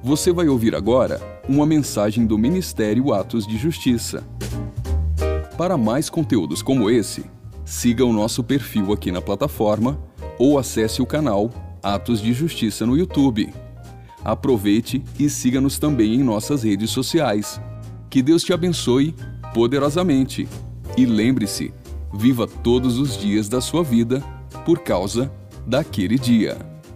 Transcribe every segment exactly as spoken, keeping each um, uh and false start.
Você vai ouvir agora uma mensagem do Ministério Atos de Justiça. Para mais conteúdos como esse, siga o nosso perfil aqui na plataforma ou acesse o canal Atos de Justiça no YouTube. Aproveite e siga-nos também em nossas redes sociais. Que Deus te abençoe poderosamente. E lembre-se, viva todos os dias da sua vida por causa daquele dia.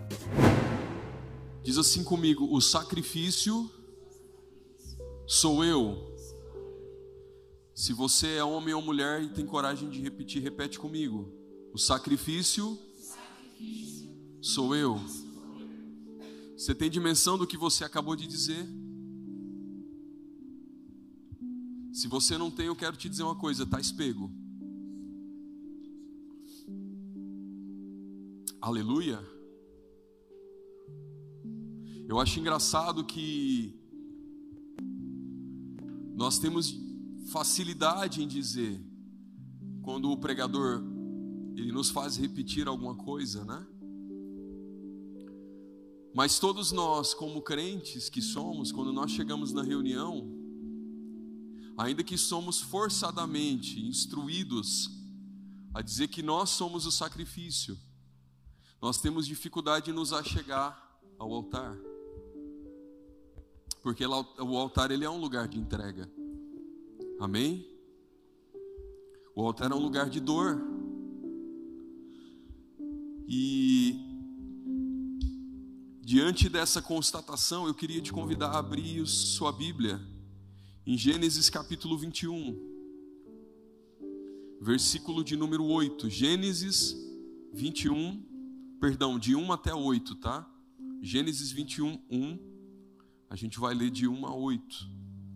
Diz assim comigo: o sacrifício sou eu. Se você é homem ou mulher e tem coragem de repetir, repete comigo: o sacrifício sou eu. Você tem dimensão do que você acabou de dizer? Se você não tem, eu quero te dizer uma coisa: está pego. Aleluia. Eu acho engraçado que nós temos facilidade em dizer, quando o pregador ele nos faz repetir alguma coisa, né? Mas todos nós, como crentes que somos, quando nós chegamos na reunião, ainda que somos forçadamente instruídos a dizer que nós somos o sacrifício, nós temos dificuldade em nos achegar ao altar. Porque o altar ele é um lugar de entrega. Amém? O altar é um lugar de dor. E diante dessa constatação, eu queria te convidar a abrir sua Bíblia em Gênesis capítulo vinte e um, versículo de número oito. Gênesis vinte e um, perdão, de um até oito, tá? Gênesis vinte e um, um. A gente vai ler de um a oito.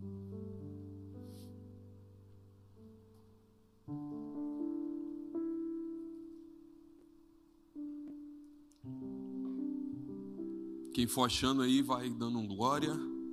Quem for achando aí, vai dando um glória.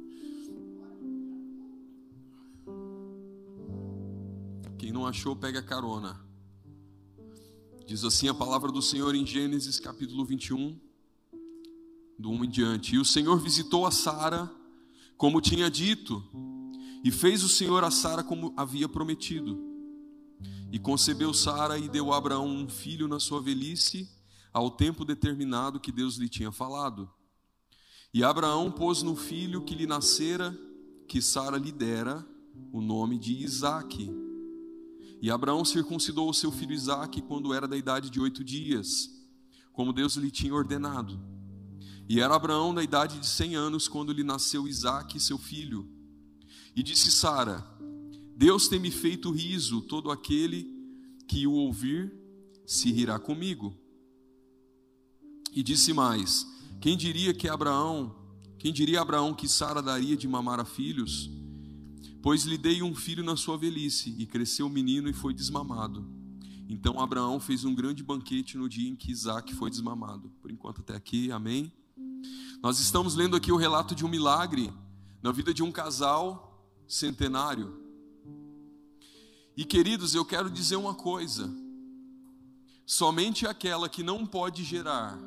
Quem não achou, pega carona. Diz assim a palavra do Senhor em Gênesis capítulo vinte e um, do um em diante. E o Senhor visitou a Sara, como tinha dito, e fez o Senhor a Sara como havia prometido. E concebeu Sara e deu a Abraão um filho na sua velhice, ao tempo determinado que Deus lhe tinha falado. E Abraão pôs no filho que lhe nascera, que Sara lhe dera, o nome de Isaque. E Abraão circuncidou o seu filho Isaque quando era da idade de oito dias, como Deus lhe tinha ordenado. E era Abraão da idade de cem anos quando lhe nasceu Isaque, seu filho. E disse Sara: Deus tem me feito riso, todo aquele que o ouvir se rirá comigo. E disse mais: Quem diria que Abraão, quem diria a Abraão que Sara daria de mamar a filhos? Pois lhe dei um filho na sua velhice, e cresceu o menino e foi desmamado. Então Abraão fez um grande banquete no dia em que Isaque foi desmamado. Por enquanto até aqui, amém? Nós estamos lendo aqui o relato de um milagre na vida de um casal centenário. E queridos, eu quero dizer uma coisa: somente aquela que não pode gerar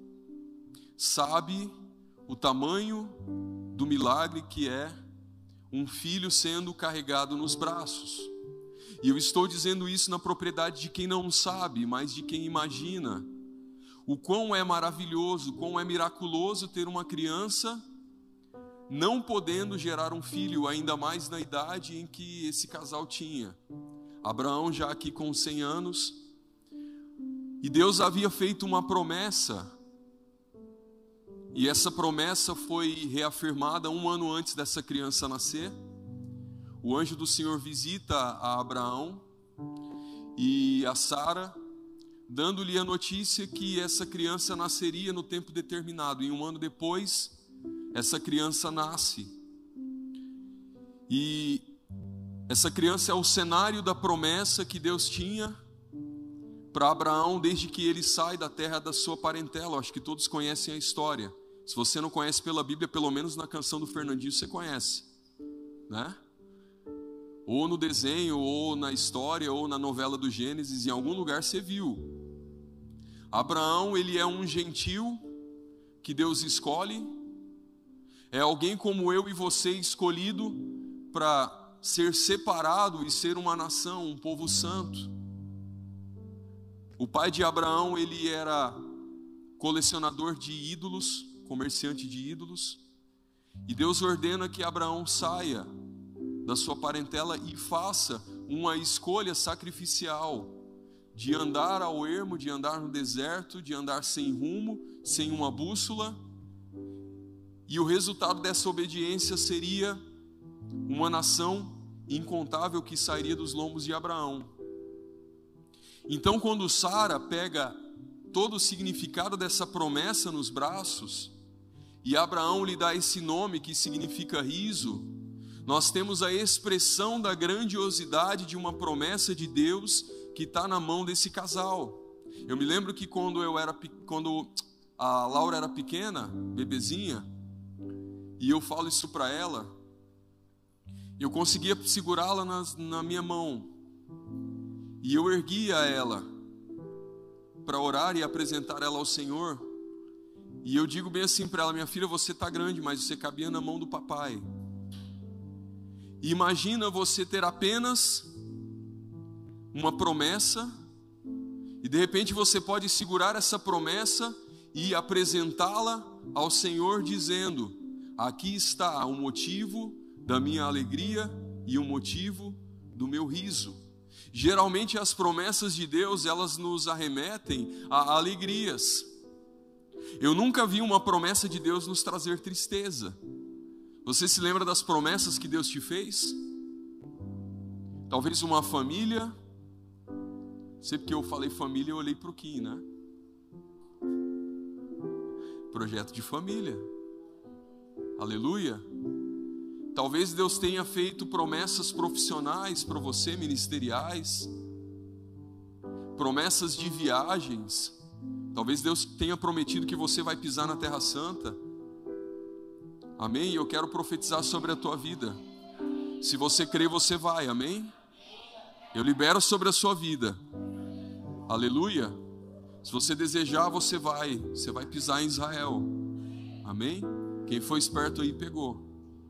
sabe o tamanho do milagre que é um filho sendo carregado nos braços. E eu estou dizendo isso na propriedade de quem não sabe, mas de quem imagina o quão é maravilhoso, quão é miraculoso ter uma criança não podendo gerar um filho, ainda mais na idade em que esse casal tinha. Abraão já aqui com cem anos, e Deus havia feito uma promessa, e essa promessa foi reafirmada um ano antes dessa criança nascer. O anjo do Senhor visita a Abraão e a Sara, dando-lhe a notícia que essa criança nasceria no tempo determinado. E um ano depois, essa criança nasce. E essa criança é o cenário da promessa que Deus tinha para Abraão desde que ele sai da terra da sua parentela. Acho que todos conhecem a história. Se você não conhece pela Bíblia, pelo menos na canção do Fernandinho você conhece, né? Ou no desenho, ou na história, ou na novela do Gênesis, em algum lugar você viu. Abraão, ele é um gentil que Deus escolhe, É alguém como eu e você, escolhido para ser separado e ser uma nação, um povo santo. O pai de Abraão, ele era colecionador de ídolos, comerciante de ídolos. E Deus ordena que Abraão saia da sua parentela e faça uma escolha sacrificial de andar ao ermo, de andar no deserto, de andar sem rumo, sem uma bússola. E o resultado dessa obediência seria uma nação incontável que sairia dos lombos de Abraão. Então, quando Sara pega todo o significado dessa promessa nos braços, e Abraão lhe dá esse nome que significa riso, nós temos a expressão da grandiosidade de uma promessa de Deus que está na mão desse casal. Eu me lembro que quando eu era, quando a Laura era pequena, bebezinha, e eu falo isso para ela, eu conseguia segurá-la na, na minha mão, e eu erguia ela para orar e apresentar ela ao Senhor. E eu digo bem assim para ela: minha filha, você está grande, mas você cabia na mão do papai. E imagina você ter apenas uma promessa, e de repente você pode segurar essa promessa e apresentá-la ao Senhor dizendo: aqui está o motivo da minha alegria e o motivo do meu riso. Geralmente as promessas de Deus, elas nos arremetem a alegrias. Eu nunca vi uma promessa de Deus nos trazer tristeza. Você se lembra das promessas que Deus te fez? Talvez uma família. Sempre que eu falei família, eu olhei para o Kim, né? Projeto de família. Aleluia. Talvez Deus tenha feito promessas profissionais para você, ministeriais. Promessas de viagens. Talvez Deus tenha prometido que você vai pisar na Terra Santa. Amém? Eu quero profetizar sobre a tua vida. Se você crê, você vai. Amém? Eu libero sobre a sua vida. Aleluia. Se você desejar, você vai. Você vai pisar em Israel. Amém? Quem foi esperto aí pegou.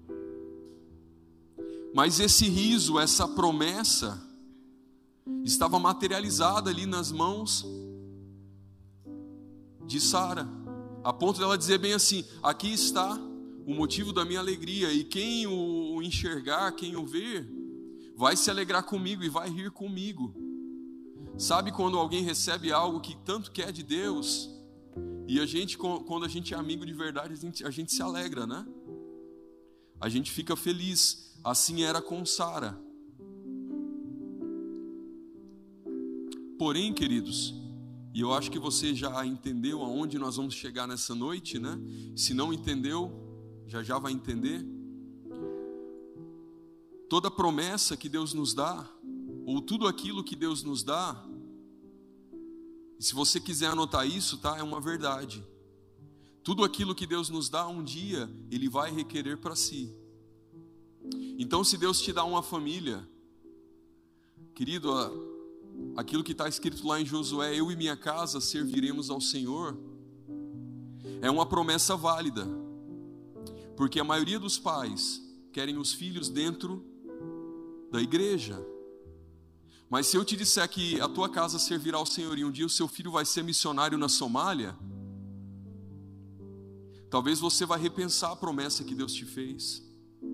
Mas esse riso, essa promessa, estava materializada ali nas mãos de Sara, a ponto dela dizer bem assim: aqui está o motivo da minha alegria, e quem o enxergar, quem o ver, vai se alegrar comigo e vai rir comigo. Sabe quando alguém recebe algo que tanto quer de Deus, e a gente, quando a gente é amigo de verdade, a gente, a gente se alegra, né? A gente fica feliz. Assim era com Sara. Porém, queridos, e eu acho que você já entendeu aonde nós vamos chegar nessa noite, né? Se não entendeu, já já vai entender. Toda promessa que Deus nos dá, ou tudo aquilo que Deus nos dá, e se você quiser anotar isso, tá? É uma verdade. Tudo aquilo que Deus nos dá, um dia Ele vai requerer para si. Então, se Deus te dá uma família, querido, aquilo que está escrito lá em Josué: eu e minha casa serviremos ao Senhor, é uma promessa válida, porque a maioria dos pais querem os filhos dentro da igreja. Mas se eu te disser que a tua casa servirá ao Senhor e um dia o seu filho vai ser missionário na Somália, talvez você vai repensar a promessa que Deus te fez.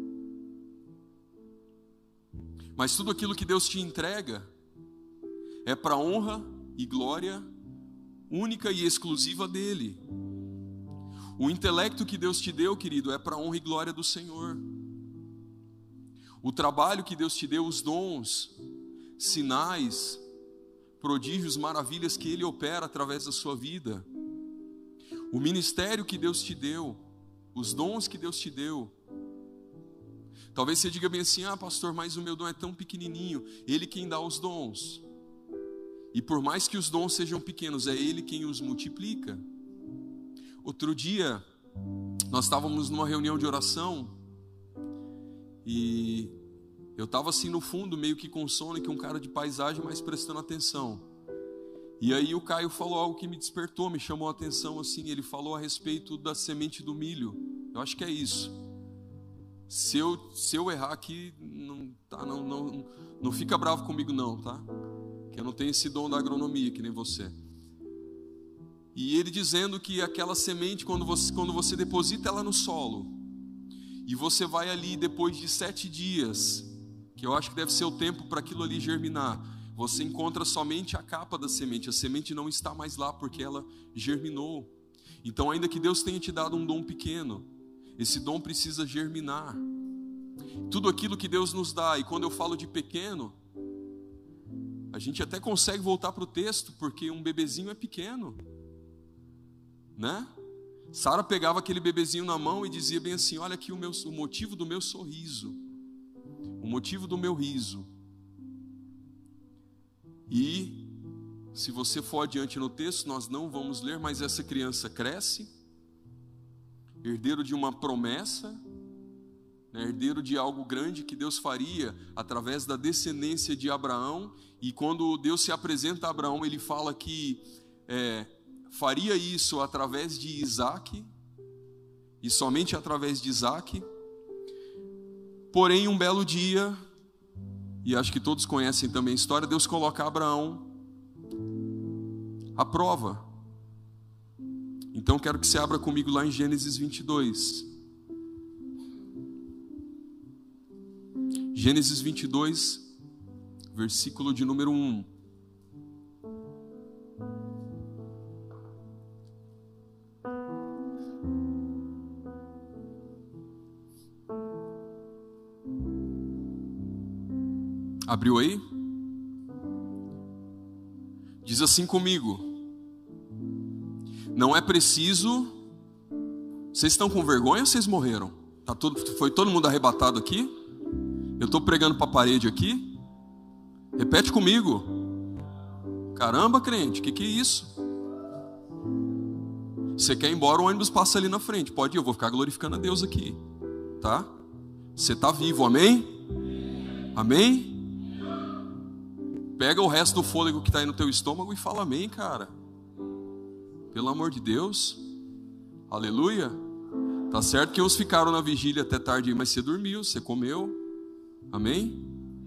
Mas tudo aquilo que Deus te entrega é para honra e glória única e exclusiva dEle. O intelecto que Deus te deu, querido, é para honra e glória do Senhor. O trabalho que Deus te deu, os dons, sinais, prodígios, maravilhas que Ele opera através da sua vida. O ministério que Deus te deu, os dons que Deus te deu. Talvez você diga bem assim: ah, pastor, mas o meu dom é tão pequenininho. Ele quem dá os dons. E por mais que os dons sejam pequenos, é Ele quem os multiplica. Outro dia, nós estávamos numa reunião de oração, e eu estava assim no fundo, meio que com sono, que um cara de paisagem, mas prestando atenção. E aí o Caio falou algo que me despertou, me chamou a atenção assim. Ele falou a respeito da semente do milho, Eu acho que é isso. Se eu, se eu errar aqui, não, tá, não, não, não fica bravo comigo não, tá? Que eu não tenho esse dom da agronomia, que nem você. E ele dizendo que aquela semente, quando você, quando você deposita ela no solo, e você vai ali depois de sete dias, que eu acho que deve ser o tempo para aquilo ali germinar, você encontra somente a capa da semente. A semente não está mais lá porque ela germinou. Então, ainda que Deus tenha te dado um dom pequeno, esse dom precisa germinar. Tudo aquilo que Deus nos dá, e quando eu falo de pequeno, a gente até consegue voltar para o texto, porque um bebezinho é pequeno, né? Sara pegava aquele bebezinho na mão e dizia bem assim: olha aqui o, meu, o motivo do meu sorriso, o motivo do meu riso. E se você for adiante no texto, nós não vamos ler, mas essa criança cresce, herdeiro de uma promessa, né, herdeiro de algo grande que Deus faria através da descendência de Abraão. E quando Deus se apresenta a Abraão, ele fala que é, faria isso através de Isaac, e somente através de Isaac. Porém, um belo dia, e acho que todos conhecem também a história, Deus coloca Abraão à prova. Então quero que você abra comigo lá em Gênesis vinte e dois. Gênesis vinte e dois, versículo de número um. Abriu aí? Diz assim comigo: não é preciso. Vocês estão com vergonha ou vocês morreram? Tá todo, foi todo mundo arrebatado aqui? Eu estou pregando para a parede aqui? Repete comigo. Caramba, crente, o que, que é isso? Você quer ir embora, o ônibus passa ali na frente. Pode ir, eu vou ficar glorificando a Deus aqui, tá? Você está vivo, amém? Amém? Pega o resto do fôlego que está aí no teu estômago e fala amém, cara. Pelo amor de Deus. Aleluia. Tá certo que uns ficaram na vigília até tarde, mas você dormiu, você comeu. Amém?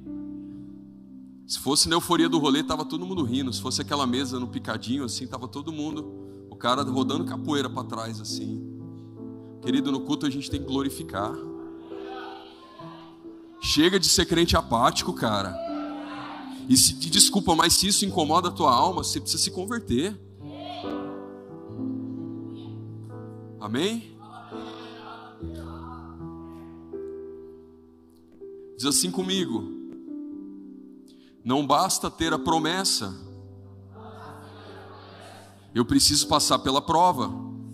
Se fosse na euforia do rolê, tava todo mundo rindo. Se fosse aquela mesa no picadinho assim, tava todo mundo, o cara rodando capoeira para trás assim. Querido, no culto a gente tem que glorificar. Chega de ser crente apático, cara. E se, desculpa, mas se isso incomoda a tua alma, você precisa se converter. Amém? Diz assim comigo: não basta ter a promessa, eu preciso passar pela prova.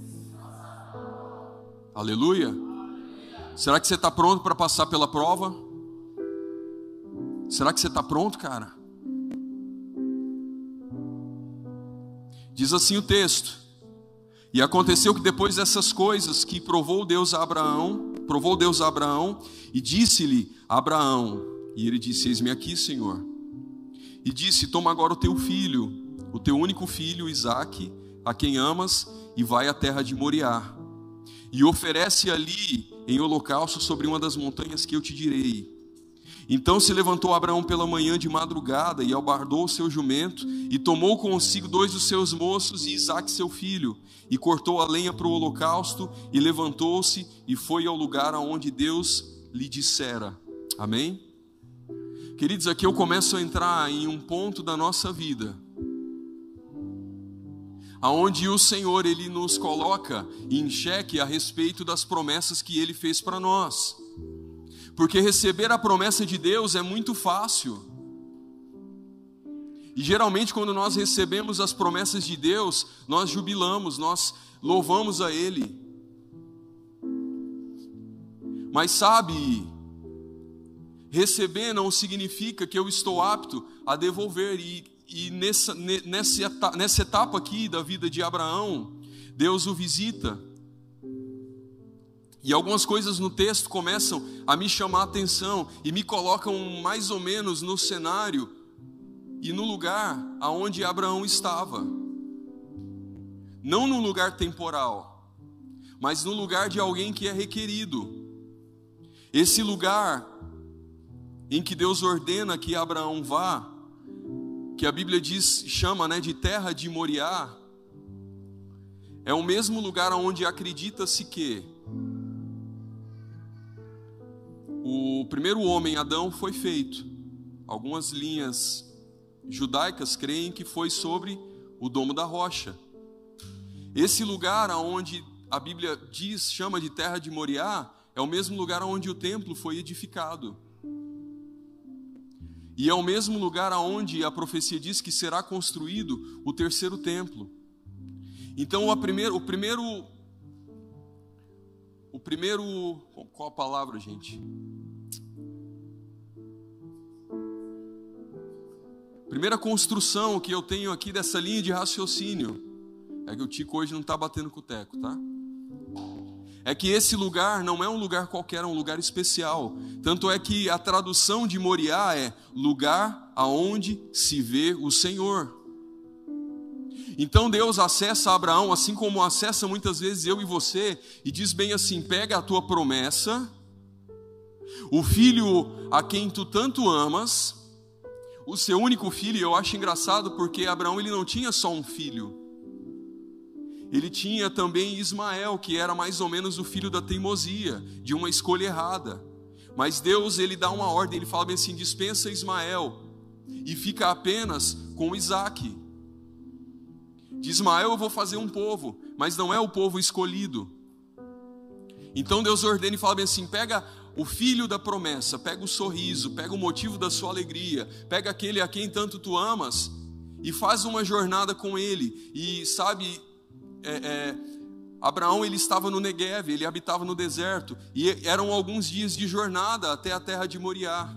Aleluia. Será que você está pronto para passar pela prova? Será que você está pronto, cara? Diz assim o texto: e aconteceu que depois dessas coisas que provou Deus a Abraão, provou Deus a Abraão, e disse-lhe a Abraão, e ele disse: eis-me aqui, Senhor. E disse: toma agora o teu filho, o teu único filho, Isaque, a quem amas, e vai à terra de Moriá, e oferece ali em holocausto sobre uma das montanhas que eu te direi. Então se levantou Abraão pela manhã de madrugada, e albardou o seu jumento, e tomou consigo dois dos seus moços, e Isaque seu filho, e cortou a lenha para o holocausto, e levantou-se, e foi ao lugar aonde Deus lhe dissera. Amém? Queridos, aqui eu começo a entrar em um ponto da nossa vida, aonde o Senhor, Ele nos coloca em xeque a respeito das promessas que Ele fez para nós. Porque receber a promessa de Deus é muito fácil. E geralmente quando nós recebemos as promessas de Deus, nós jubilamos, nós louvamos a Ele. Mas sabe, receber não significa que eu estou apto a devolver. E, e nessa, nessa, nessa etapa aqui da vida de Abraão, Deus o visita. E algumas coisas no texto começam a me chamar a atenção e me colocam mais ou menos no cenário e no lugar aonde Abraão estava. Não no lugar temporal, mas no lugar de alguém que é requerido. Esse lugar em que Deus ordena que Abraão vá, que a Bíblia diz, chama, né, de terra de Moriá, é o mesmo lugar onde acredita-se que o primeiro homem, Adão, foi feito. Algumas linhas judaicas creem que foi sobre o domo da rocha. Esse lugar onde a Bíblia diz, chama de terra de Moriá, é o mesmo lugar onde o templo foi edificado. E é o mesmo lugar onde a profecia diz que será construído o terceiro templo. Então, o primeiro, o primeiro, o primeiro, qual a palavra, gente? Primeira construção que eu tenho aqui dessa linha de raciocínio, é que o Tico hoje não está batendo com o teco, tá? É que esse lugar não é um lugar qualquer, é um lugar especial. Tanto é que a tradução de Moriá é lugar aonde se vê o Senhor. Então Deus acessa Abraão, assim como acessa muitas vezes eu e você, e diz bem assim: pega a tua promessa, o filho a quem tu tanto amas, o seu único filho. E eu acho engraçado porque Abraão, ele não tinha só um filho. Ele tinha também Ismael, que era mais ou menos o filho da teimosia, de uma escolha errada. Mas Deus, ele dá uma ordem, ele fala bem assim: dispensa Ismael e fica apenas com Isaque. De Ismael eu vou fazer um povo, mas não é o povo escolhido. Então Deus ordena e fala bem assim: pega o filho da promessa, pega o sorriso, pega o motivo da sua alegria, pega aquele a quem tanto tu amas e faz uma jornada com ele. E sabe, É, é, Abraão, ele estava no Negueve, ele habitava no deserto, e eram alguns dias de jornada até a terra de Moriá.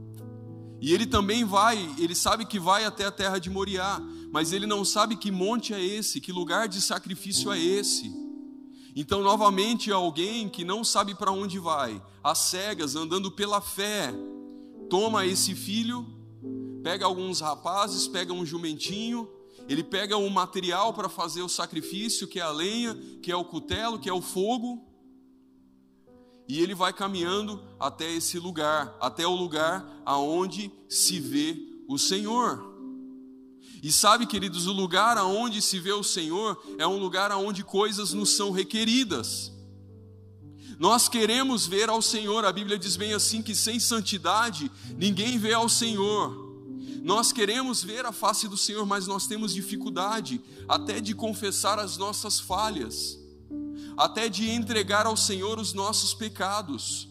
E ele também vai, ele sabe que vai até a terra de Moriá, mas ele não sabe que monte é esse, que lugar de sacrifício é esse. Então, novamente, alguém que não sabe para onde vai, às cegas, andando pela fé, toma esse filho, pega alguns rapazes, pega um jumentinho, ele pega um material para fazer o sacrifício, que é a lenha, que é o cutelo, que é o fogo, e ele vai caminhando até esse lugar, até o lugar aonde se vê o Senhor. E sabe, queridos, o lugar aonde se vê o Senhor é um lugar aonde coisas nos são requeridas. Nós queremos ver ao Senhor, a Bíblia diz bem assim, que sem santidade ninguém vê ao Senhor. Nós queremos ver a face do Senhor, mas nós temos dificuldade até de confessar as nossas falhas, até de entregar ao Senhor os nossos pecados.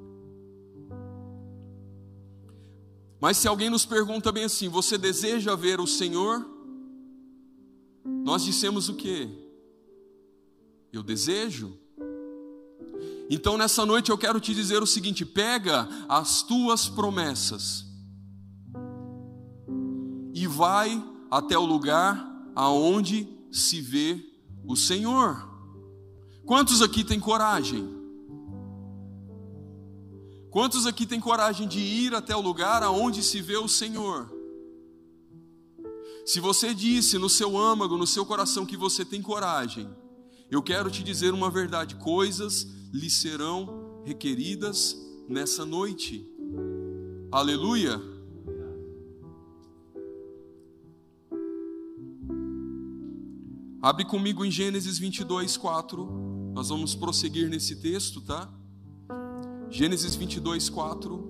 Mas se alguém nos pergunta bem assim: você deseja ver o Senhor? Nós dissemos o quê? Eu desejo. Então nessa noite eu quero te dizer o seguinte: pega as tuas promessas e vai até o lugar aonde se vê o Senhor. Quantos aqui têm coragem? Quantos aqui têm coragem de ir até o lugar aonde se vê o Senhor? Se você disse no seu âmago, no seu coração que você tem coragem, eu quero te dizer uma verdade: coisas lhe serão requeridas nessa noite. Aleluia! Abre comigo em Gênesis vinte e dois, quatro. Nós vamos prosseguir nesse texto, tá? Gênesis vinte e dois, quatro.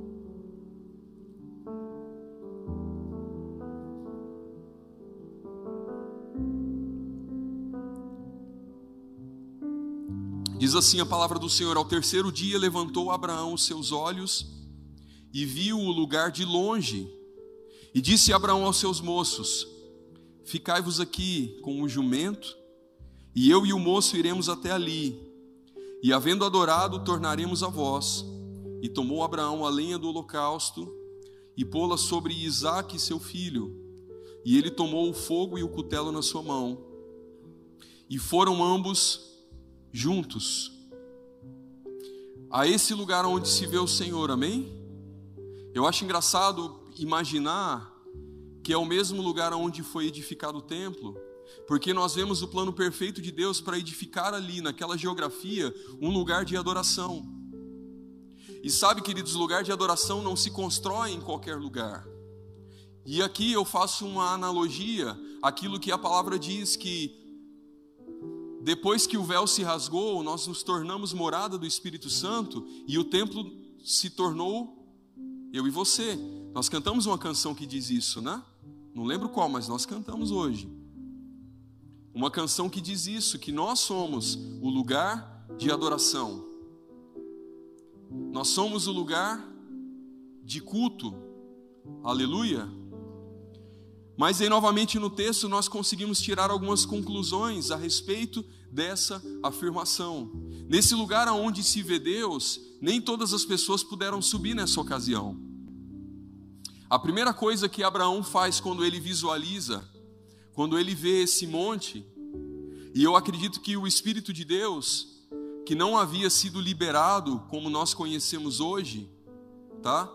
Diz assim a palavra do Senhor: ao terceiro dia levantou Abraão os seus olhos e viu o lugar de longe. E disse Abraão aos seus moços: ficai-vos aqui com o jumento, e eu e o moço iremos até ali, e havendo adorado, tornaremos a vós. E tomou Abraão a lenha do holocausto, e pô-la sobre Isaque seu filho, e ele tomou o fogo e o cutelo na sua mão, e foram ambos juntos a esse lugar onde se vê o Senhor. Amém? Eu acho engraçado imaginar que é o mesmo lugar onde foi edificado o templo, Porque nós vemos o plano perfeito de Deus para edificar ali, naquela geografia, um lugar de adoração. E sabe, queridos, lugar de adoração não se constrói em qualquer lugar. E aqui eu faço uma analogia àquilo que a palavra diz, que depois que o véu se rasgou, nós nos tornamos morada do Espírito Santo e o templo se tornou eu e você. Nós cantamos uma canção que diz isso, né? Não lembro qual, mas nós cantamos hoje. Uma canção que diz isso, que nós somos o lugar de adoração. Nós somos o lugar de culto. Aleluia. Mas aí novamente no texto nós conseguimos tirar algumas conclusões a respeito dessa afirmação. Nesse lugar onde se vê Deus, nem todas as pessoas puderam subir nessa ocasião. A primeira coisa que Abraão faz quando ele visualiza, quando ele vê esse monte, e eu acredito que o Espírito de Deus, que não havia sido liberado como nós conhecemos hoje, tá?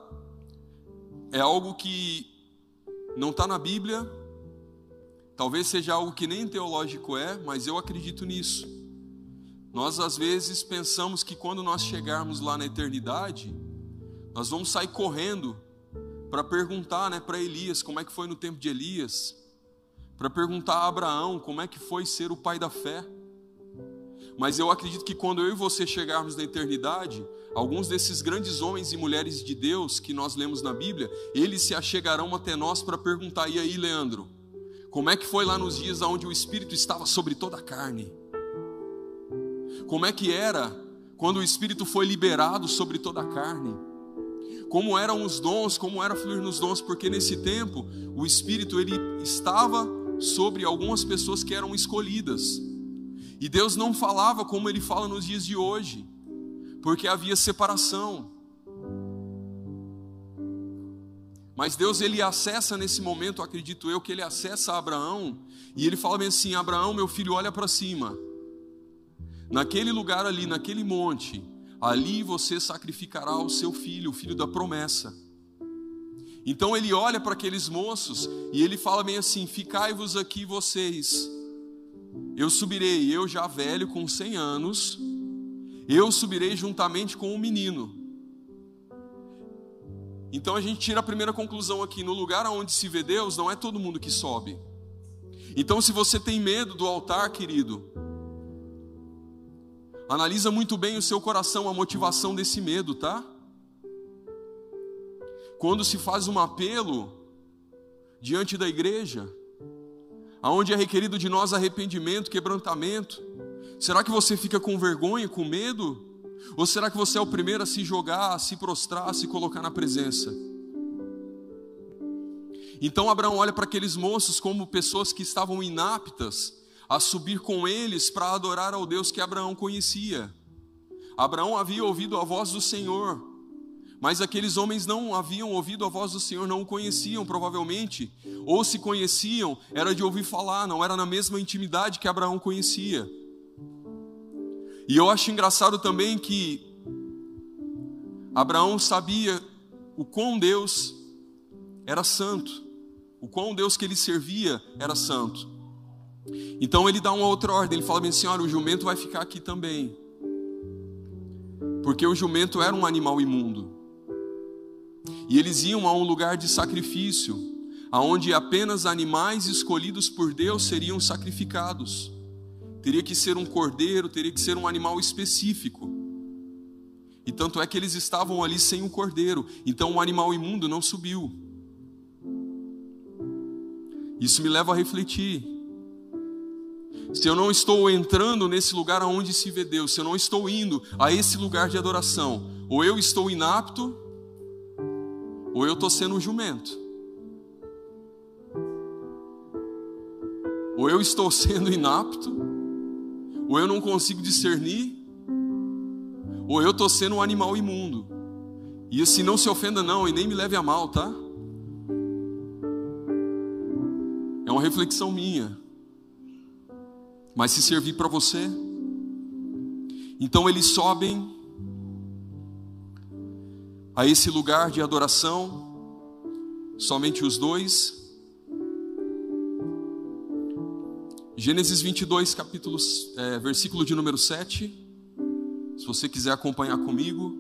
É algo que não está na Bíblia, talvez seja algo que nem teológico é, mas eu acredito nisso. Nós às vezes pensamos que quando nós chegarmos lá na eternidade, nós vamos sair correndo para perguntar, né, para Elias como é que foi no tempo de Elias, para perguntar a Abraão como é que foi ser o pai da fé. Mas eu acredito que quando eu e você chegarmos na eternidade, alguns desses grandes homens e mulheres de Deus que nós lemos na Bíblia, eles se achegarão até nós para perguntar: e aí, Leandro, como é que foi lá nos dias onde o Espírito estava sobre toda a carne? Como é que era quando o Espírito foi liberado sobre toda a carne? Como eram os dons, como era fluir nos dons? Porque nesse tempo, o Espírito ele estava sobre algumas pessoas que eram escolhidas. E Deus não falava como Ele fala nos dias de hoje, porque havia separação. Mas Deus ele acessa nesse momento, acredito eu, que Ele acessa Abraão, e Ele fala bem assim: Abraão, meu filho, olha para cima. Naquele lugar ali, naquele monte, ali você sacrificará o seu filho, o filho da promessa. Então Ele olha para aqueles moços e Ele fala bem assim: ficai-vos aqui vocês. Eu subirei, eu já velho com cem anos, eu subirei juntamente com o menino. Então a gente tira a primeira conclusão aqui: no lugar onde se vê Deus, não é todo mundo que sobe. Então se você tem medo do altar, querido, analisa muito bem o seu coração, a motivação desse medo, tá? Quando se faz um apelo diante da igreja, aonde é requerido de nós arrependimento, quebrantamento, será que você fica com vergonha, com medo? Ou será que você é o primeiro a se jogar, a se prostrar, a se colocar na presença? Então Abraão olha para aqueles moços como pessoas que estavam inaptas a subir com eles para adorar ao Deus que Abraão conhecia. Abraão havia ouvido a voz do Senhor, mas aqueles homens não haviam ouvido a voz do Senhor, não o conheciam provavelmente, ou se conheciam, era de ouvir falar, não era na mesma intimidade que Abraão conhecia. E eu acho engraçado também que Abraão sabia o quão Deus era santo, o quão Deus que ele servia era santo. Então ele dá uma outra ordem, ele fala bem assim: olha, o jumento vai ficar aqui também, porque o jumento era um animal imundo. E eles iam a um lugar de sacrifício, aonde apenas animais escolhidos por Deus seriam sacrificados. Teria que ser um cordeiro, teria que ser um animal específico. E tanto é que eles estavam ali sem o cordeiro, então o animal imundo não subiu. Isso me leva a refletir: se eu não estou entrando nesse lugar aonde se vê Deus, se eu não estou indo a esse lugar de adoração, ou eu estou inapto, ou eu estou sendo um jumento. Ou eu estou sendo inapto, ou eu não consigo discernir, ou eu estou sendo um animal imundo. E assim, não se ofenda não, e nem me leve a mal, tá? É uma reflexão minha, mas se servir para você. Então eles sobem a esse lugar de adoração, somente os dois. Gênesis vinte e dois, capítulo, é, versículo de número sete. Se você quiser acompanhar comigo.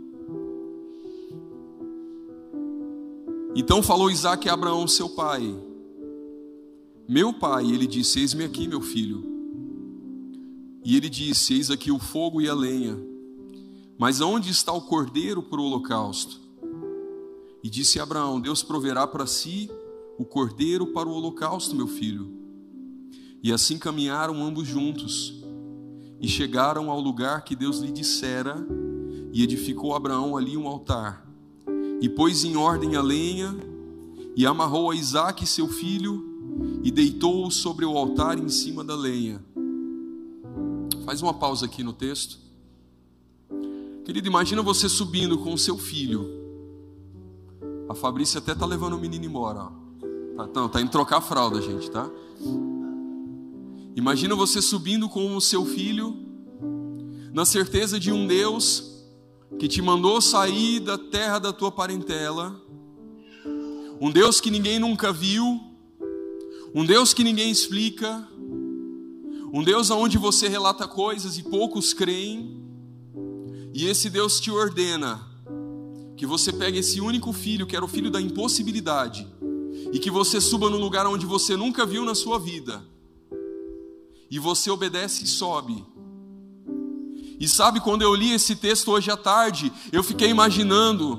Então falou Isaque a Abraão, seu pai: meu pai. Ele disse: eis-me aqui, meu filho. E ele disse: eis aqui o fogo e a lenha, mas onde está o cordeiro para o holocausto? E disse Abraão: Deus proverá para si o cordeiro para o holocausto, meu filho. E assim caminharam ambos juntos, e chegaram ao lugar que Deus lhe dissera, e edificou Abraão ali um altar, e pôs em ordem a lenha, e amarrou a Isaque seu filho, e deitou-o sobre o altar em cima da lenha. Faz uma pausa aqui no texto. Querido, imagina você subindo com o seu filho. A Fabrícia até tá levando o menino embora, ó. Tá, não, tá indo trocar a fralda, gente, tá? Imagina você subindo com o seu filho, na certeza de um Deus que te mandou sair da terra da tua parentela, um Deus que ninguém nunca viu, um Deus que ninguém explica, um Deus aonde você relata coisas e poucos creem, e esse Deus te ordena que você pegue esse único filho, que era o filho da impossibilidade, e que você suba num lugar onde você nunca viu na sua vida, e você obedece e sobe. E sabe, quando eu li esse texto hoje à tarde, eu fiquei imaginando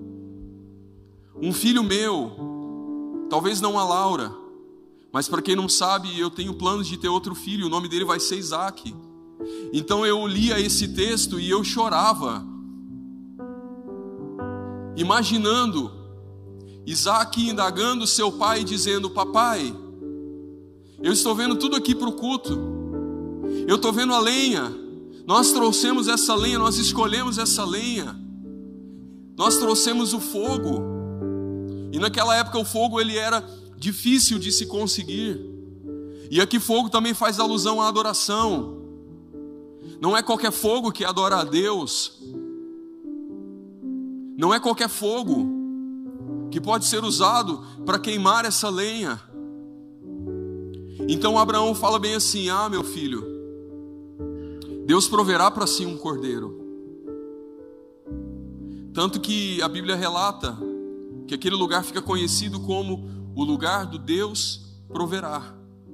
um filho meu, talvez não a Laura, mas para quem não sabe, eu tenho planos de ter outro filho, o nome dele vai ser Isaque. Então eu lia esse texto e eu chorava, imaginando Isaque indagando seu pai, dizendo: papai, eu estou vendo tudo aqui para o culto, eu estou vendo a lenha, nós trouxemos essa lenha, nós escolhemos essa lenha, nós trouxemos o fogo, e naquela época o fogo ele era difícil de se conseguir, e aqui fogo também faz alusão à adoração, não é qualquer fogo que adora a Deus, não é qualquer fogo que pode ser usado para queimar essa lenha. Então Abraão fala bem assim: ah, meu filho, Deus proverá para si um cordeiro. Tanto que a Bíblia relata que aquele lugar fica conhecido como o lugar do Deus proverá.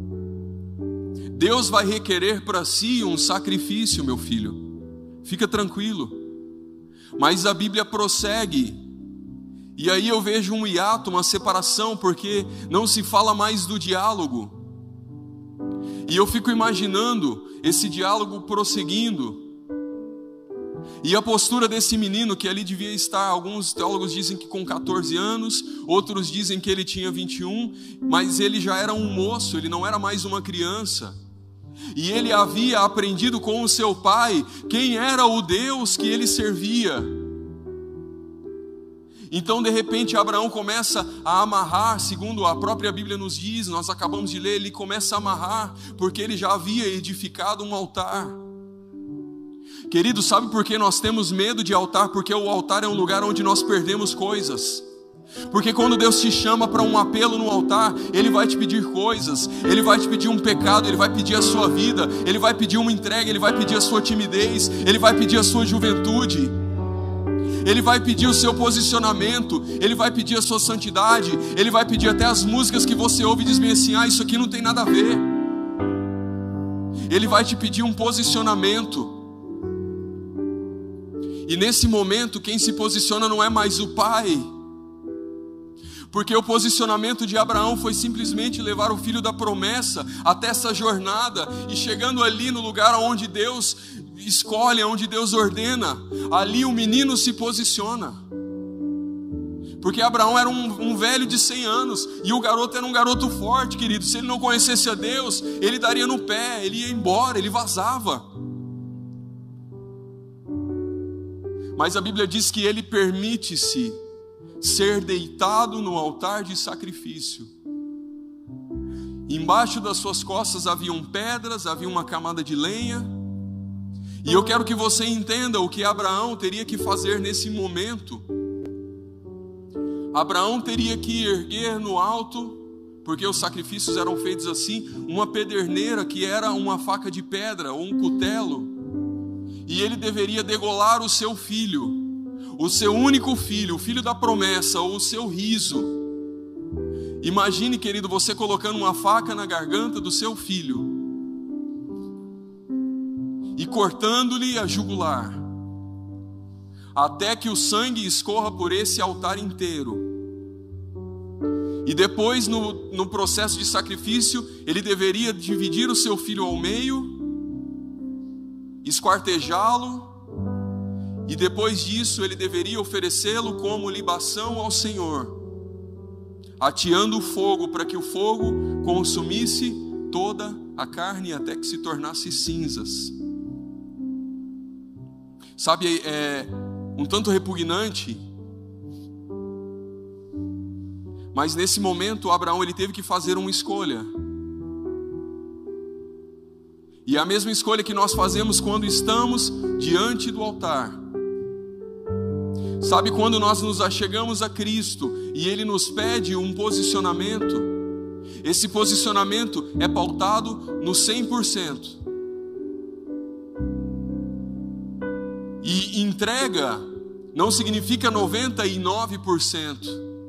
Deus vai requerer para si um sacrifício, meu filho, fica tranquilo. Mas a Bíblia prossegue, e aí eu vejo um hiato, uma separação, porque não se fala mais do diálogo. E eu fico imaginando esse diálogo prosseguindo, e a postura desse menino, que ali devia estar, alguns teólogos dizem que com quatorze anos, outros dizem que ele tinha vinte e um, mas ele já era um moço, ele não era mais uma criança, e ele havia aprendido com o seu pai quem era o Deus que ele servia. Então de repente Abraão começa a amarrar, segundo a própria Bíblia nos diz, nós acabamos de ler, ele começa a amarrar, porque ele já havia edificado um altar. Querido, sabe por que nós temos medo de altar? Porque o altar é um lugar onde nós perdemos coisas. Porque quando Deus te chama para um apelo no altar, Ele vai te pedir coisas, Ele vai te pedir um pecado, Ele vai pedir a sua vida, Ele vai pedir uma entrega, Ele vai pedir a sua timidez, Ele vai pedir a sua juventude, Ele vai pedir o seu posicionamento, Ele vai pedir a sua santidade, Ele vai pedir até as músicas que você ouve e diz bem assim: ah, isso aqui não tem nada a ver. Ele vai te pedir um posicionamento. E nesse momento quem se posiciona não é mais o pai, porque o posicionamento de Abraão foi simplesmente levar o filho da promessa até essa jornada, e chegando ali no lugar onde Deus escolhe, onde Deus ordena, ali o menino se posiciona. Porque Abraão era um, um velho de cem anos, e o garoto era um garoto forte, querido. Se ele não conhecesse a Deus, ele daria no pé, ele ia embora, ele vazava. Mas a Bíblia diz que ele permite-se ser deitado no altar de sacrifício. Embaixo das suas costas haviam pedras, havia uma camada de lenha. E eu quero que você entenda o que Abraão teria que fazer nesse momento. Abraão teria que erguer no alto porque os sacrifícios eram feitos assim, uma pederneira que era uma faca de pedra ou um cutelo, e ele deveria degolar o seu filho, o seu único filho, o filho da promessa, ou o seu riso. Imagine, querido, você colocando uma faca na garganta do seu filho e cortando-lhe a jugular, até que o sangue escorra por esse altar inteiro. E depois, no, no processo de sacrifício, ele deveria dividir o seu filho ao meio, esquartejá-lo, e depois disso ele deveria oferecê-lo como libação ao Senhor, ateando o fogo para que o fogo consumisse toda a carne até que se tornasse cinzas. Sabe, é um tanto repugnante, mas nesse momento Abraão ele teve que fazer uma escolha. E é a mesma escolha que nós fazemos quando estamos diante do altar. Sabe, quando nós nos achegamos a Cristo e Ele nos pede um posicionamento, esse posicionamento é pautado no cem por cento. E entrega não significa noventa e nove por cento.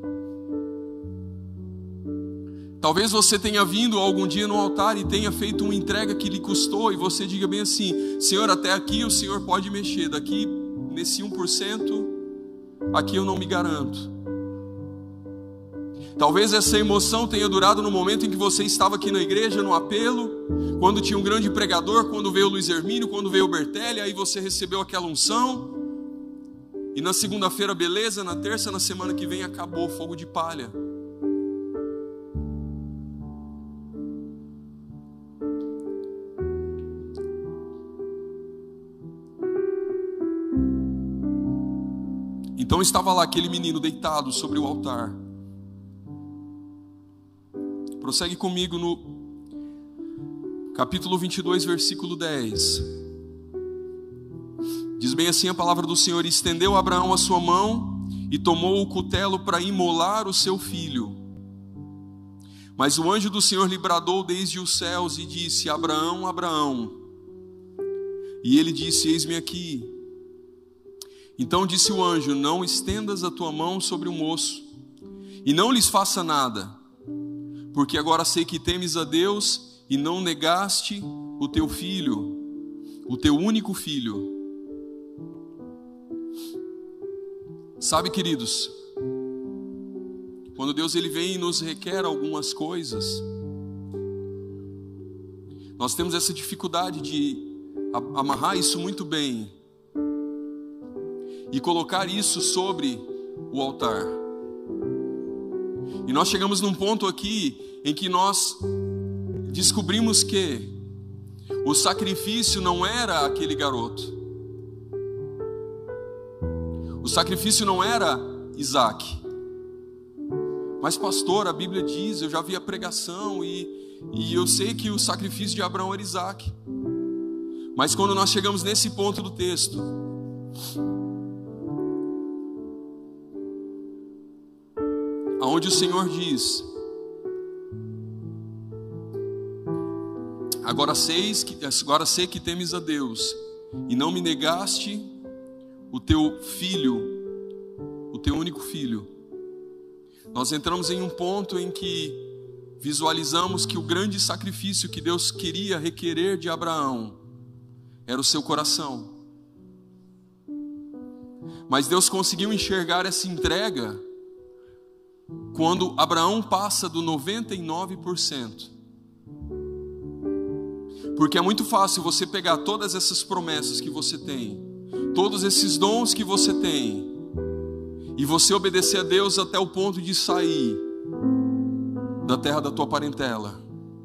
Talvez você tenha vindo algum dia no altar e tenha feito uma entrega que lhe custou, e você diga bem assim: Senhor, até aqui o Senhor pode mexer, daqui nesse um por cento, aqui eu não me garanto. Talvez essa emoção tenha durado no momento em que você estava aqui na igreja, no apelo, quando tinha um grande pregador, quando veio o Luiz Hermínio, quando veio o Bertelli, aí você recebeu aquela unção, e na segunda-feira beleza, na terça, na semana que vem acabou, fogo de palha. Então estava lá aquele menino deitado sobre o altar. Prossegue comigo no capítulo vinte e dois, versículo dez. Diz bem assim a palavra do Senhor: estendeu Abraão a sua mão e tomou o cutelo para imolar o seu filho. Mas o anjo do Senhor lhe bradou desde os céus e disse: Abraão, Abraão. E ele disse: eis-me aqui. Então disse o anjo: não estendas a tua mão sobre o moço, e não lhes faça nada, porque agora sei que temes a Deus e não negaste o teu filho, o teu único filho. Sabe, queridos, quando Deus ele vem e nos requer algumas coisas, nós temos essa dificuldade de amarrar isso muito bem e colocar isso sobre o altar. E nós chegamos num ponto aqui em que nós descobrimos que o sacrifício não era aquele garoto. O sacrifício não era Isaac. Mas pastor, a Bíblia diz, eu já vi a pregação e, e eu sei que o sacrifício de Abraão era Isaac. Mas quando nós chegamos nesse ponto do texto, onde o Senhor diz: agora sei que, agora sei que temes a Deus e não me negaste o teu filho, o teu único filho. Nós entramos em um ponto em que visualizamos que o grande sacrifício que Deus queria requerer de Abraão era o seu coração. Mas Deus conseguiu enxergar essa entrega quando Abraão passa do noventa e nove por cento. Porque é muito fácil você pegar todas essas promessas que você tem, todos esses dons que você tem, e você obedecer a Deus até o ponto de sair da terra da tua parentela.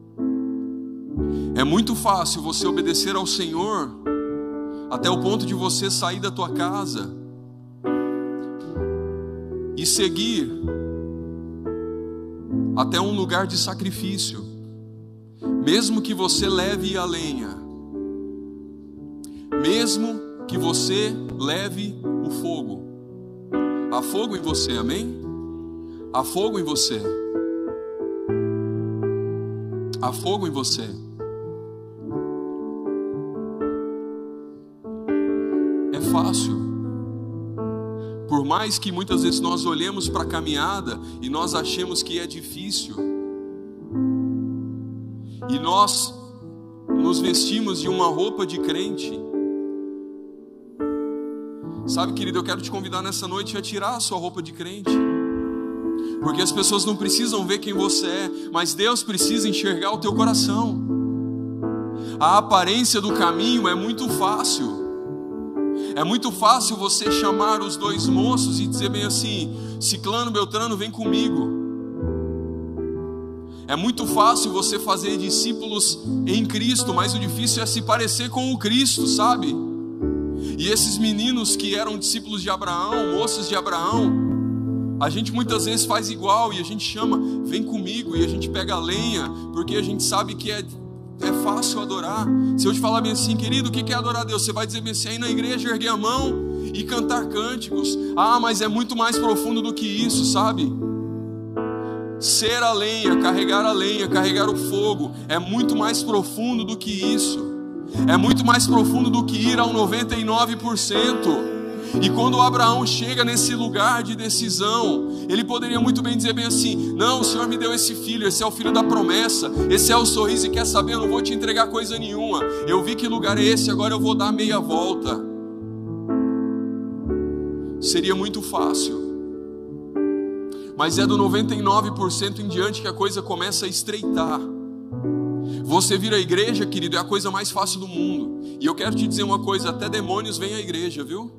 É muito fácil você obedecer ao Senhor até o ponto de você sair da tua casa e seguir até um lugar de sacrifício, mesmo que você leve a lenha, mesmo que você leve o fogo. Há fogo em você, amém? Há fogo em você. Há fogo em você. É fácil. Por mais que muitas vezes nós olhemos para a caminhada e nós achemos que é difícil, e nós nos vestimos de uma roupa de crente. Sabe, querido, eu quero te convidar nessa noite a tirar a sua roupa de crente. Porque as pessoas não precisam ver quem você é, mas Deus precisa enxergar o teu coração. A aparência do caminho é muito fácil. É muito fácil você chamar os dois moços e dizer bem assim: Ciclano, Beltrano, vem comigo. É muito fácil você fazer discípulos em Cristo, mas o difícil é se parecer com o Cristo, sabe? E esses meninos que eram discípulos de Abraão, moços de Abraão, a gente muitas vezes faz igual e a gente chama, vem comigo, e a gente pega a lenha, porque a gente sabe que é, é fácil adorar. Se eu te falar bem assim, querido, o que é adorar a Deus? Você vai dizer bem assim, aí na igreja erguer a mão e cantar cânticos. Ah, mas é muito mais profundo do que isso, sabe? Ser a lenha, carregar a lenha, carregar o fogo, é muito mais profundo do que isso. É muito mais profundo do que ir ao noventa e nove por cento. E quando Abraão chega nesse lugar de decisão, ele poderia muito bem dizer bem assim: não, o Senhor me deu esse filho, esse é o filho da promessa, esse é o sorriso, e quer saber, eu não vou te entregar coisa nenhuma. Eu vi que lugar é esse, agora eu vou dar meia volta. Seria muito fácil. Mas é do noventa e nove por cento em diante que a coisa começa a estreitar. Você vir à igreja, querido, é a coisa mais fácil do mundo. E eu quero te dizer uma coisa, até demônios vêm à igreja, viu?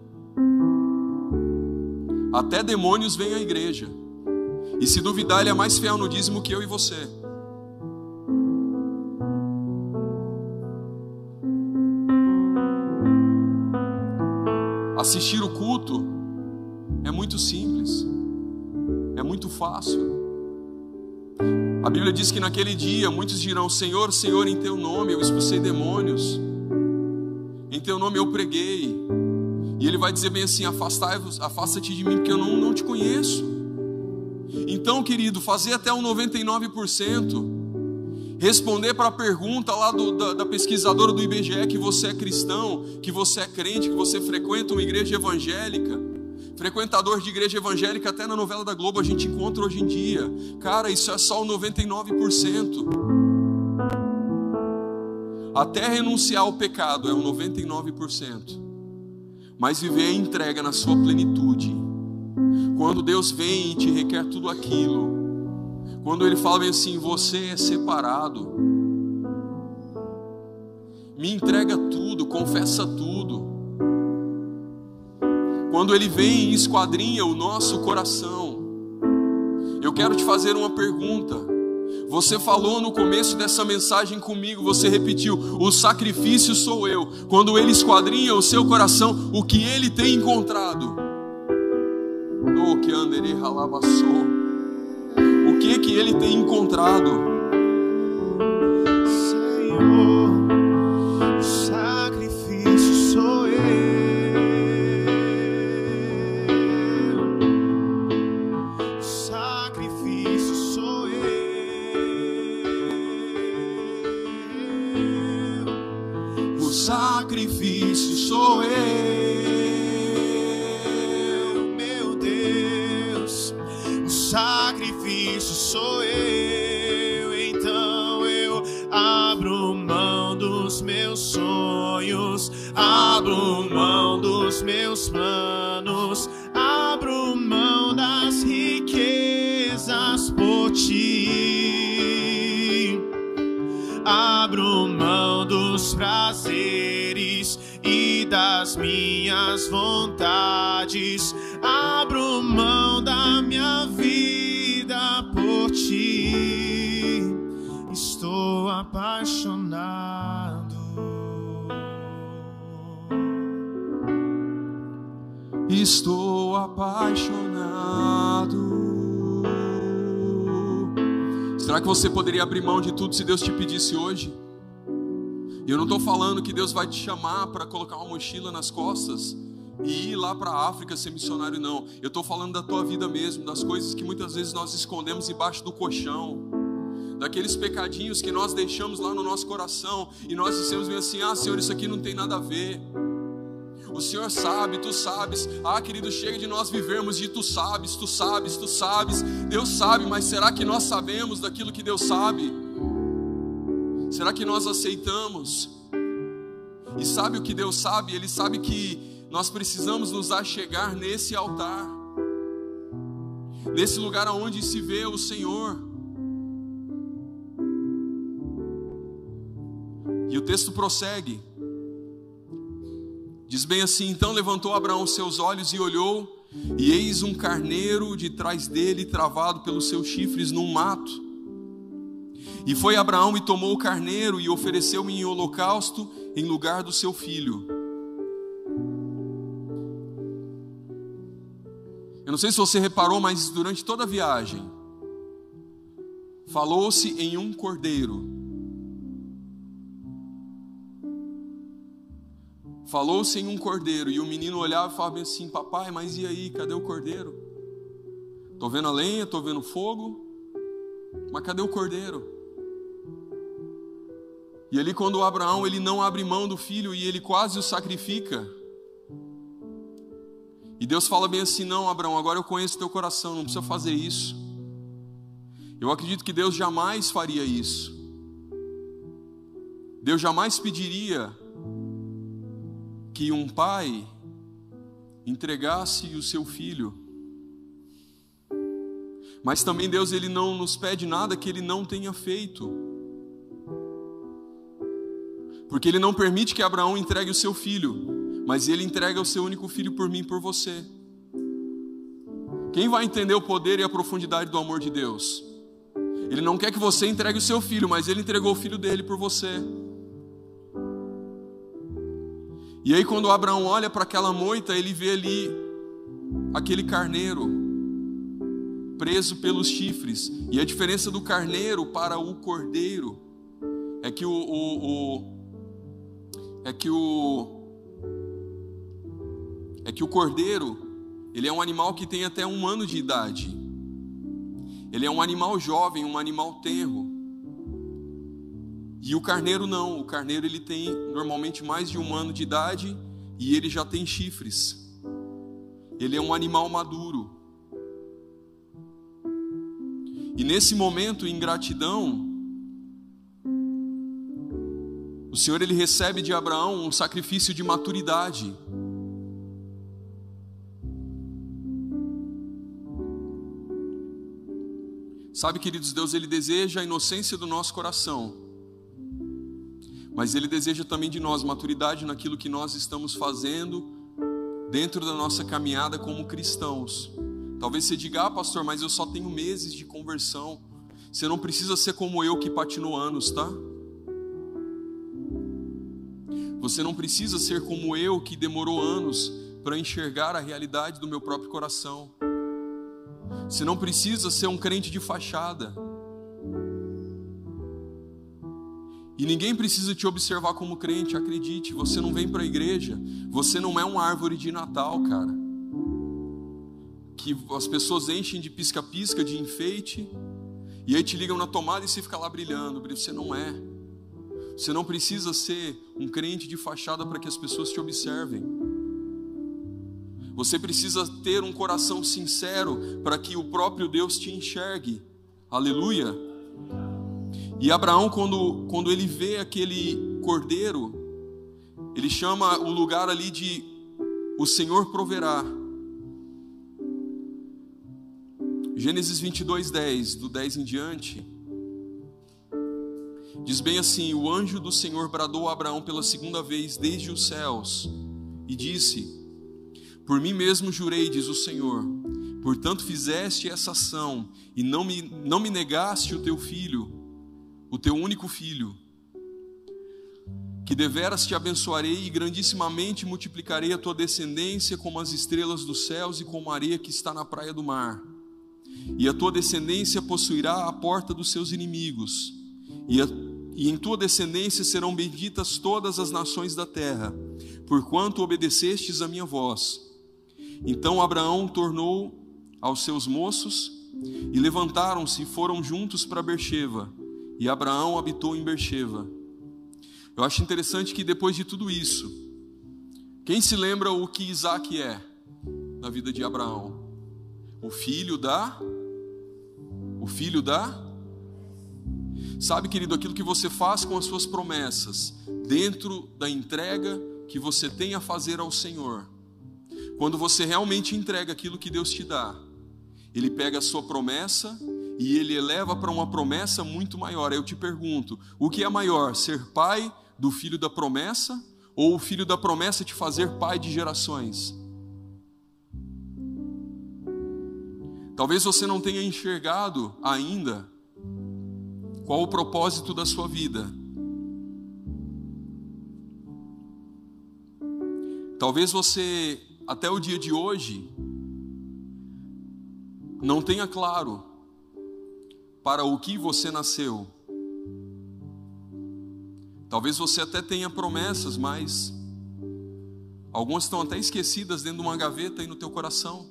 Até demônios vêm à igreja. E se duvidar, ele é mais fiel no dízimo que eu e você. Assistir o culto é muito simples. É muito fácil. A Bíblia diz que naquele dia muitos dirão: Senhor, Senhor, em teu nome eu expulsei demônios, em teu nome eu preguei. E ele vai dizer bem assim: afastai-vos, afasta-te de mim, porque eu não, não te conheço. Então, querido, fazer até o noventa e nove por cento, responder para a pergunta lá do, da, da pesquisadora do I B G E, que você é cristão, que você é crente, que você frequenta uma igreja evangélica. Frequentador de igreja evangélica, até na novela da Globo a gente encontra hoje em dia. Cara, isso é só o noventa e nove por cento. Até renunciar ao pecado é o noventa e nove por cento. Mas viver a entrega na sua plenitude. Quando Deus vem e te requer tudo aquilo. Quando Ele fala bem assim: você é separado. Me entrega tudo, confessa tudo. Quando Ele vem e esquadrinha o nosso coração. Eu quero te fazer uma pergunta. Você falou no começo dessa mensagem comigo, você repetiu: o sacrifício sou eu. Quando Ele esquadrinha o seu coração, o que Ele tem encontrado? O que andere ralabassou. O que que Ele tem encontrado? Senhor, o sacrifício sou eu. Sacrifício sou eu, meu Deus, o sacrifício sou eu. Então eu abro mão dos meus sonhos, abro mão dos meus planos, abro mão das riquezas por ti, abro mão dos prazeres e das minhas vontades, abro mão da minha vida por ti. Estou apaixonado. Estou apaixonado. Será que você poderia abrir mão de tudo se Deus te pedisse hoje? E eu não estou falando que Deus vai te chamar para colocar uma mochila nas costas e ir lá para a África ser missionário, não. Eu estou falando da tua vida mesmo, das coisas que muitas vezes nós escondemos embaixo do colchão, daqueles pecadinhos que nós deixamos lá no nosso coração e nós dissemos bem assim: ah, Senhor, isso aqui não tem nada a ver. O Senhor sabe, tu sabes. Ah, querido, chega de nós vivermos de tu sabes, tu sabes, tu sabes. Deus sabe, mas será que nós sabemos daquilo que Deus sabe? Será que nós aceitamos? E sabe o que Deus sabe? Ele sabe que nós precisamos nos achegar nesse altar, nesse lugar onde se vê o Senhor. E o texto prossegue. Diz bem assim: então levantou Abraão seus olhos e olhou, e eis um carneiro de trás dele, travado pelos seus chifres num mato. E foi Abraão e tomou o carneiro e ofereceu-me em holocausto em lugar do seu filho. Eu não sei se você reparou, mas durante toda a viagem falou-se em um cordeiro. Falou-se em um cordeiro, e o menino olhava e falava assim: papai, mas e aí, cadê o cordeiro? Estou vendo a lenha, estou vendo o fogo, mas cadê o cordeiro? E ali quando o Abraão, ele não abre mão do filho e ele quase o sacrifica, e Deus fala bem assim: não, Abraão, agora eu conheço teu coração, não precisa fazer isso. Eu acredito que Deus jamais faria isso. Deus jamais pediria que um pai entregasse o seu filho. Mas também Deus, ele não nos pede nada que ele não tenha feito, porque ele não permite que Abraão entregue o seu filho, mas ele entrega o seu único filho por mim e por você. Quem vai entender o poder e a profundidade do amor de Deus? Ele não quer que você entregue o seu filho, mas ele entregou o filho dele por você. E aí quando Abraão olha para aquela moita, ele vê ali aquele carneiro preso pelos chifres. E a diferença do carneiro para o cordeiro é que o, o, o é que o é que o cordeiro, ele é um animal que tem até um ano de idade. Ele é um animal jovem, um animal tenro. E o carneiro não, o carneiro ele tem normalmente mais de um ano de idade e ele já tem chifres. Ele é um animal maduro. E nesse momento, em gratidão, o Senhor ele recebe de Abraão um sacrifício de maturidade. Sabe, queridos, Deus ele deseja a inocência do nosso coração, mas ele deseja também de nós maturidade naquilo que nós estamos fazendo dentro da nossa caminhada como cristãos. Talvez você diga: ah, pastor, mas eu só tenho meses de conversão. Você não precisa ser como eu que patinou anos, tá? Você não precisa ser como eu que demorou anos para enxergar a realidade do meu próprio coração. Você não precisa ser um crente de fachada. E ninguém precisa te observar como crente, acredite. Você não vem para a igreja, você não é uma árvore de Natal, cara, que as pessoas enchem de pisca-pisca, de enfeite, e aí te ligam na tomada e você fica lá brilhando. Você não é. Você não precisa ser um crente de fachada para que as pessoas te observem. Você precisa ter um coração sincero para que o próprio Deus te enxergue. Aleluia. E Abraão, quando, quando ele vê aquele cordeiro, ele chama o lugar ali de o Senhor proverá. Gênesis vinte e dois, dez, do dez em diante, diz bem assim: o anjo do Senhor bradou a Abraão pela segunda vez desde os céus e disse: por mim mesmo jurei, diz o Senhor, portanto fizeste essa ação e não me, não me negaste o teu filho, o teu único filho, que deveras te abençoarei e grandissimamente multiplicarei a tua descendência como as estrelas dos céus e como a areia que está na praia do mar. E a tua descendência possuirá a porta dos seus inimigos, e, a, e em tua descendência serão benditas todas as nações da terra, porquanto obedecestes a minha voz. Então Abraão tornou aos seus moços, e levantaram-se e foram juntos para Berseba. e Abraão habitou em Berseba. Eu acho interessante que depois de tudo isso, quem se lembra o que Isaac é na vida de Abraão? O filho da... O filho da... Sabe, querido, aquilo que você faz com as suas promessas, dentro da entrega que você tem a fazer ao Senhor, quando você realmente entrega aquilo que Deus te dá, Ele pega a sua promessa e Ele eleva para uma promessa muito maior. Aí eu te pergunto, o que é maior, ser pai do filho da promessa ou o filho da promessa te fazer pai de gerações? Talvez você não tenha enxergado ainda qual o propósito da sua vida. Talvez você, até o dia de hoje, não tenha claro para o que você nasceu. Talvez você até tenha promessas, mas algumas estão até esquecidas dentro de uma gaveta aí no teu coração.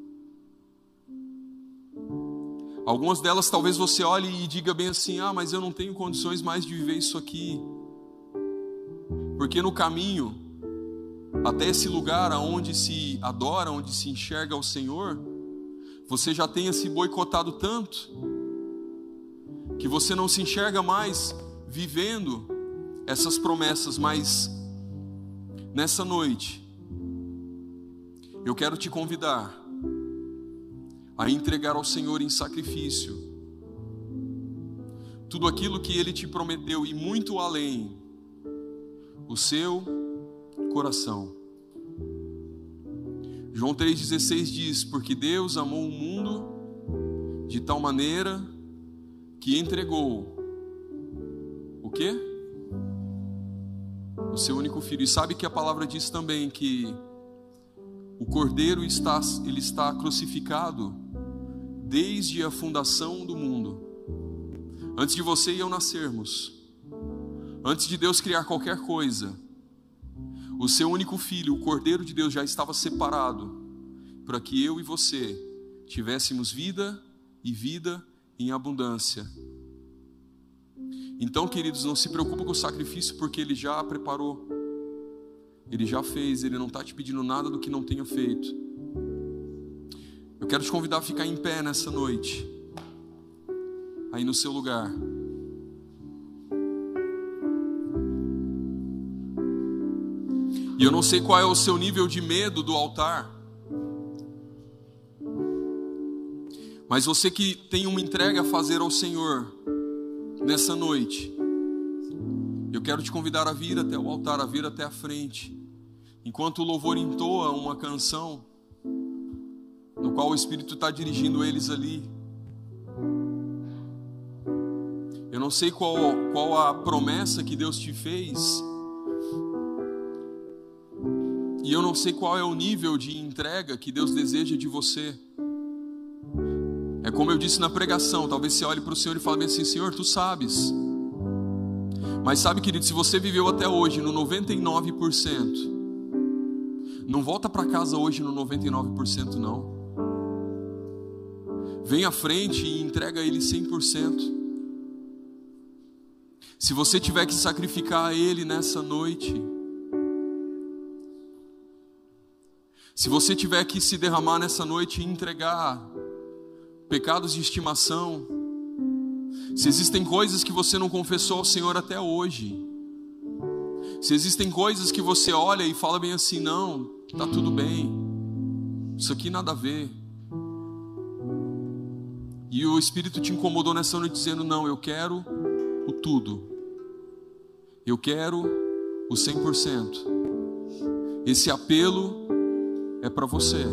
Algumas delas talvez você olhe e diga bem assim, ah, mas eu não tenho condições mais de viver isso aqui. Porque no caminho, até esse lugar onde se adora, onde se enxerga o Senhor, você já tenha se boicotado tanto, que você não se enxerga mais vivendo essas promessas. Mas nessa noite, eu quero te convidar a entregar ao Senhor em sacrifício tudo aquilo que Ele te prometeu e muito além, o seu coração. João três dezesseis diz, porque Deus amou o mundo de tal maneira que entregou o quê? O seu único filho. E sabe que a palavra diz também que o Cordeiro está, ele está crucificado desde a fundação do mundo. Antes de você e eu nascermos, antes de Deus criar qualquer coisa, o seu único filho, o Cordeiro de Deus, já estava separado para que eu e você tivéssemos vida e vida em abundância. Então, queridos, não se preocupe com o sacrifício, porque Ele já preparou, Ele já fez, Ele não está te pedindo nada do que não tenha feito. Eu quero te convidar a ficar em pé nessa noite, aí no seu lugar. E eu não sei qual é o seu nível de medo do altar, mas você que tem uma entrega a fazer ao Senhor nessa noite, eu quero te convidar a vir até o altar, a vir até a frente, enquanto o louvor entoa uma canção no qual o Espírito está dirigindo eles ali. Eu não sei qual, qual a promessa que Deus te fez, e eu não sei qual é o nível de entrega que Deus deseja de você. É como eu disse na pregação, talvez você olhe para o Senhor e fale assim, Senhor, Tu sabes. Mas sabe, querido, se você viveu até hoje no noventa e nove por cento, não volta para casa hoje no noventa e nove por cento não. Vem à frente e entrega a Ele cem por cento. Se você tiver que sacrificar a Ele nessa noite, se você tiver que se derramar nessa noite e entregar pecados de estimação, se existem coisas que você não confessou ao Senhor até hoje, se existem coisas que você olha e fala bem assim, não, tá tudo bem, isso aqui nada a ver, e o Espírito te incomodou nessa noite dizendo, não, eu quero o tudo, eu quero o cem por cento, esse apelo é para você.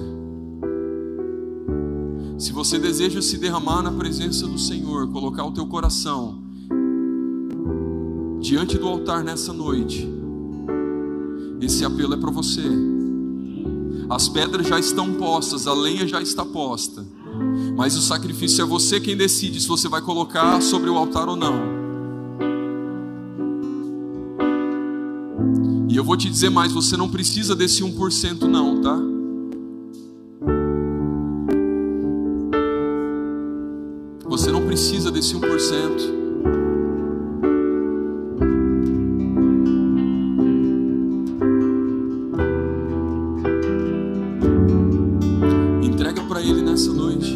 Se você deseja se derramar na presença do Senhor, colocar o teu coração diante do altar nessa noite, esse apelo é para você. As pedras já estão postas, a lenha já está posta, mas o sacrifício é você quem decide se você vai colocar sobre o altar ou não. E eu vou te dizer mais, você não precisa desse um por cento não, tá? Você não precisa desse um por cento. Ele nessa noite.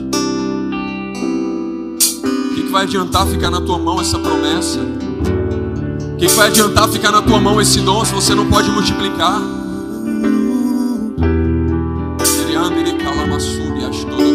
O que, que vai adiantar ficar na tua mão essa promessa? O que, que vai adiantar ficar na tua mão esse dom se você não pode multiplicar? Ele anda, ele calama, assume, as